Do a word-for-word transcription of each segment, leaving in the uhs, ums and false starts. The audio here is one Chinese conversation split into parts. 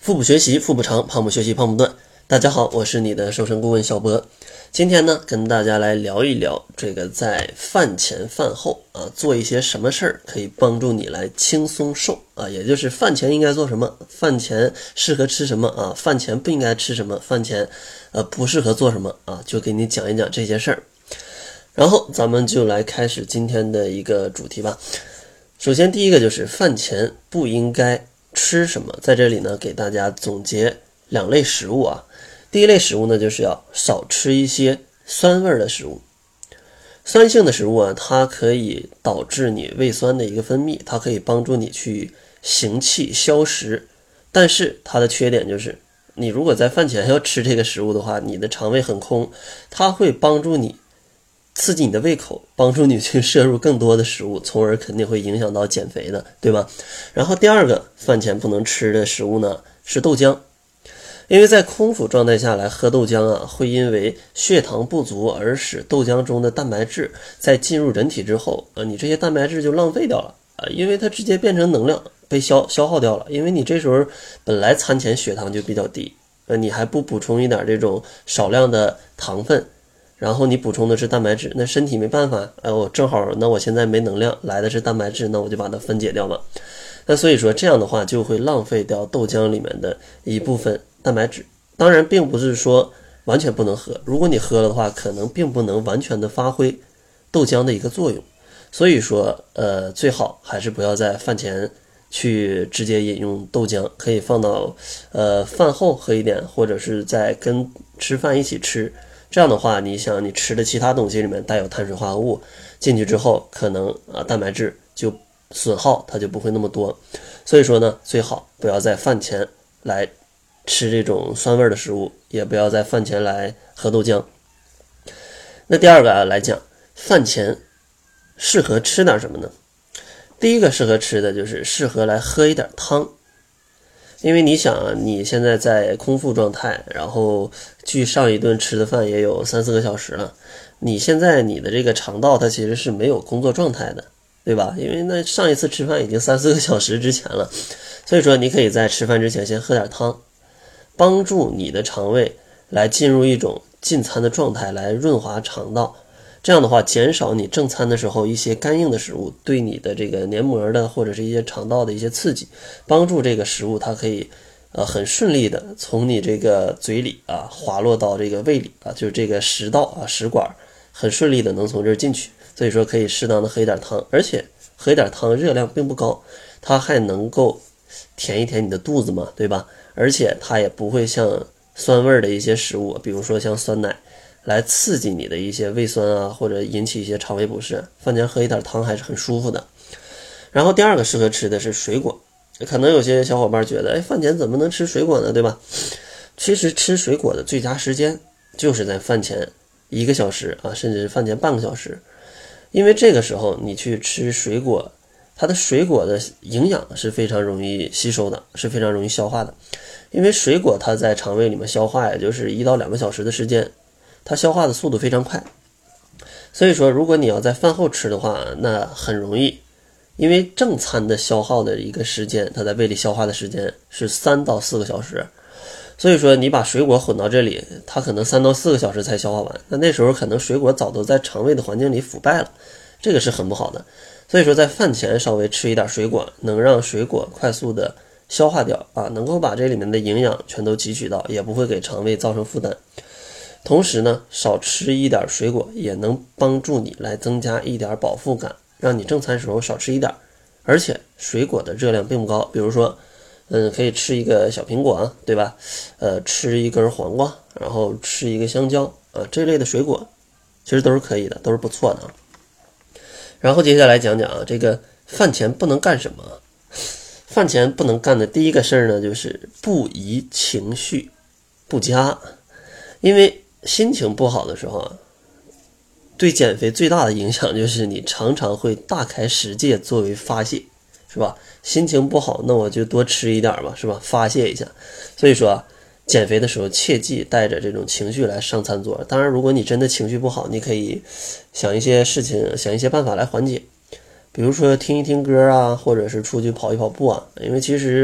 腹部学习腹部长，胖不学习胖不断。大家好，我是你的瘦身顾问小博。今天呢，跟大家来聊一聊这个在饭前饭后啊，做一些什么事儿可以帮助你来轻松瘦啊，也就是饭前应该做什么，饭前适合吃什么啊，饭前不应该吃什么，饭前呃不适合做什么啊，就给你讲一讲这些事儿。然后咱们就来开始今天的一个主题吧。首先第一个就是饭前不应该吃什么，在这里呢给大家总结两类食物啊。第一类食物呢，就是要少吃一些酸味的食物。酸性的食物啊，它可以导致你胃酸的一个分泌，它可以帮助你去行气消食，但是它的缺点就是你如果在饭前要吃这个食物的话，你的肠胃很空，它会帮助你刺激你的胃口，帮助你去摄入更多的食物，从而肯定会影响到减肥的，对吧？然后第二个饭前不能吃的食物呢是豆浆。因为在空腹状态下来喝豆浆啊，会因为血糖不足而使豆浆中的蛋白质在进入人体之后啊，你这些蛋白质就浪费掉了啊，因为它直接变成能量被消消耗掉了。因为你这时候本来餐前血糖就比较低，呃，你还不补充一点这种少量的糖分，然后你补充的是蛋白质，那身体没办法，哎，我正好，那我现在没能量，来的是蛋白质，那我就把它分解掉吧。那所以说这样的话就会浪费掉豆浆里面的一部分蛋白质。当然并不是说完全不能喝，如果你喝了的话，可能并不能完全的发挥豆浆的一个作用。所以说呃，最好还是不要在饭前去直接饮用豆浆，可以放到呃饭后喝一点，或者是在跟吃饭一起吃。这样的话，你想你吃的其他东西里面带有碳水化合物进去之后，可能啊蛋白质就损耗它就不会那么多。所以说呢，最好不要在饭前来吃这种酸味的食物，也不要在饭前来喝豆浆。那第二个啊来讲，饭前适合吃点什么呢？第一个适合吃的就是适合来喝一点汤。因为你想啊，你现在在空腹状态，然后距上一顿吃的饭也有三四个小时了，你现在你的这个肠道它其实是没有工作状态的，对吧？因为那上一次吃饭已经三四个小时之前了，所以说你可以在吃饭之前先喝点汤，帮助你的肠胃来进入一种进餐的状态，来润滑肠道。这样的话，减少你正餐的时候一些干硬的食物对你的这个黏膜的或者是一些肠道的一些刺激，帮助这个食物它可以呃很顺利的从你这个嘴里啊滑落到这个胃里啊，就是这个食道啊食管很顺利的能从这儿进去。所以说可以适当的喝一点汤，而且喝一点汤热量并不高，它还能够填一填你的肚子嘛，对吧？而且它也不会像酸味的一些食物，比如说像酸奶来刺激你的一些胃酸啊，或者引起一些肠胃不适。饭前喝一点汤还是很舒服的。然后第二个适合吃的是水果。可能有些小伙伴觉得，哎，饭前怎么能吃水果呢，对吧？其实吃水果的最佳时间就是在饭前一个小时啊，甚至是饭前半个小时。因为这个时候你去吃水果，它的水果的营养是非常容易吸收的，是非常容易消化的。因为水果它在肠胃里面消化也就是一到两个小时的时间，它消化的速度非常快。所以说如果你要在饭后吃的话，那很容易，因为正餐的消耗的一个时间，它在胃里消化的时间是三到四个小时。所以说你把水果混到这里，它可能三到四个小时才消化完，那那时候可能水果早都在肠胃的环境里腐败了，这个是很不好的。所以说在饭前稍微吃一点水果，能让水果快速的消化掉啊，能够把这里面的营养全都汲取到，也不会给肠胃造成负担。同时呢，少吃一点水果也能帮助你来增加一点饱腹感，让你正餐时候少吃一点。而且水果的热量并不高，比如说嗯，可以吃一个小苹果啊，对吧？呃，吃一根黄瓜，然后吃一个香蕉啊，这类的水果其实都是可以的，都是不错的。然后接下来讲讲啊，这个饭前不能干什么？饭前不能干的第一个事儿呢，就是不宜情绪不佳。因为心情不好的时候啊，对减肥最大的影响就是你常常会大开食戒作为发泄，是吧？心情不好，那我就多吃一点吧，是吧？发泄一下。所以说啊，减肥的时候切记带着这种情绪来上餐桌。当然如果你真的情绪不好，你可以想一些事情，想一些办法来缓解，比如说听一听歌啊，或者是出去跑一跑步啊。因为其实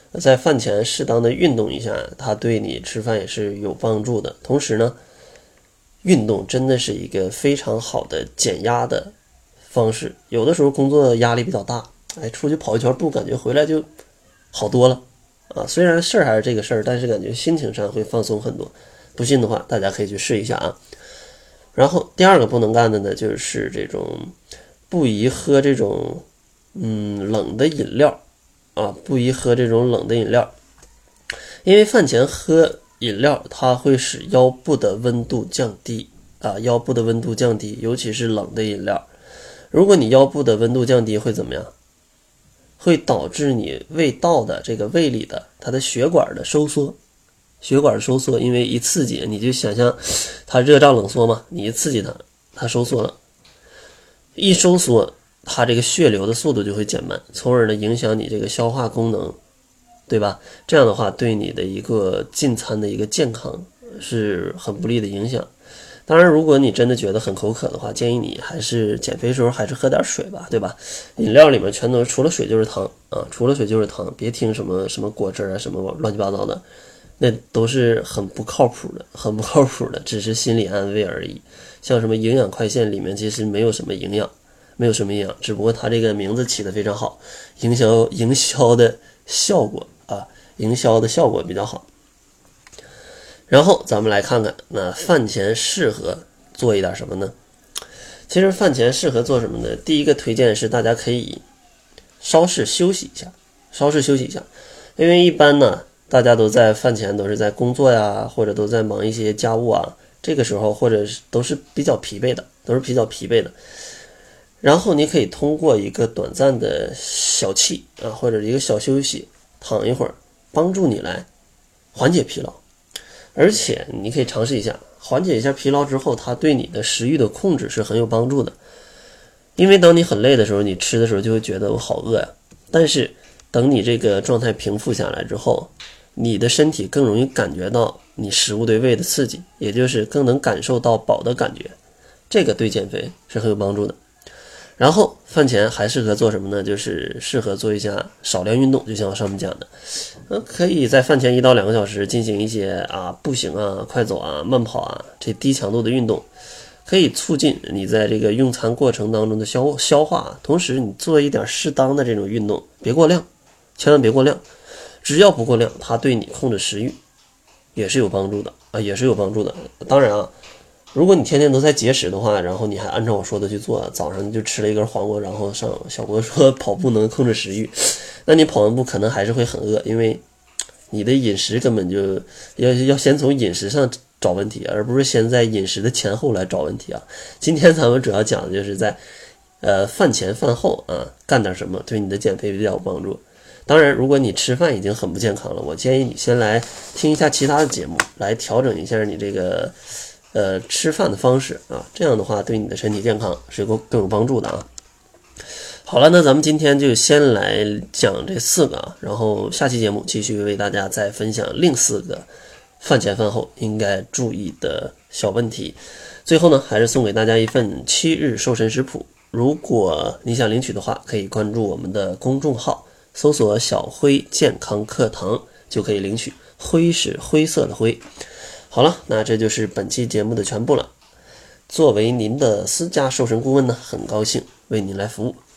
在饭前适当的运动一下，它对你吃饭也是有帮助的。同时呢，运动真的是一个非常好的减压的方式。有的时候工作压力比较大，哎，出去跑一圈步，感觉回来就好多了啊。虽然事儿还是这个事儿，但是感觉心情上会放松很多。不信的话，大家可以去试一下啊。然后第二个不能干的呢，就是这种不宜喝这种嗯冷的饮料啊，不宜喝这种冷的饮料，因为饭前喝饮料，它会使腰部的温度降低啊，腰部的温度降低，尤其是冷的饮料。如果你腰部的温度降低，会怎么样？会导致你胃道的这个胃里的它的血管的收缩，血管收缩，因为一刺激，你就想象它热胀冷缩嘛，你一刺激它，它收缩了，一收缩，它这个血流的速度就会减慢，从而呢影响你这个消化功能，对吧？这样的话对你的一个进餐的一个健康是很不利的影响。当然如果你真的觉得很口渴的话，建议你还是减肥时候还是喝点水吧，对吧？饮料里面全都除了水就是糖啊，除了水就是糖，别听什么什么果汁啊什么乱七八糟的，那都是很不靠谱的，很不靠谱的，只是心理安慰而已。像什么营养快线里面其实没有什么营养，没有什么营养，只不过它这个名字起得非常好，营销营销的效果啊，营销的效果比较好。然后咱们来看看，那饭前适合做一点什么呢？其实饭前适合做什么呢？第一个推荐是大家可以稍事休息一下，稍事休息一下，因为一般呢，大家都在饭前都是在工作呀，或者都在忙一些家务啊，这个时候或者是都是比较疲惫的，都是比较疲惫的。然后你可以通过一个短暂的小憩啊，或者一个小休息，躺一会儿，帮助你来缓解疲劳。而且你可以尝试一下，缓解一下疲劳之后，它对你的食欲的控制是很有帮助的。因为当你很累的时候，你吃的时候就会觉得我好饿呀。但是等你这个状态平复下来之后，你的身体更容易感觉到你食物对胃的刺激，也就是更能感受到饱的感觉，这个对减肥是很有帮助的。然后饭前还适合做什么呢？就是适合做一下少量运动，就像我上面讲的，呃，可以在饭前一到两个小时进行一些啊步行啊、快走啊、慢跑啊这低强度的运动，可以促进你在这个用餐过程当中的消消化。同时你做一点适当的这种运动，别过量，千万别过量，只要不过量，它对你控制食欲也是有帮助的啊，也是有帮助的。当然啊。如果你天天都在节食的话，然后你还按照我说的去做，早上就吃了一根黄瓜，然后上小郭说跑步能控制食欲，那你跑完步可能还是会很饿，因为你的饮食根本就要要先从饮食上找问题，而不是先在饮食的前后来找问题啊。今天咱们主要讲的就是在呃饭前饭后啊干点什么对你的减肥比较有帮助。当然如果你吃饭已经很不健康了，我建议你先来听一下其他的节目，来调整一下你这个呃，吃饭的方式啊，这样的话对你的身体健康是更更有帮助的啊。好了，那咱们今天就先来讲这四个啊，然后下期节目继续为大家再分享另四个饭前饭后应该注意的小问题。最后呢，还是送给大家一份七日瘦身食谱，如果你想领取的话，可以关注我们的公众号，搜索小辉健康课堂就可以领取，灰是灰色的灰。好了，那这就是本期节目的全部了。作为您的私家瘦身顾问呢，很高兴为您来服务。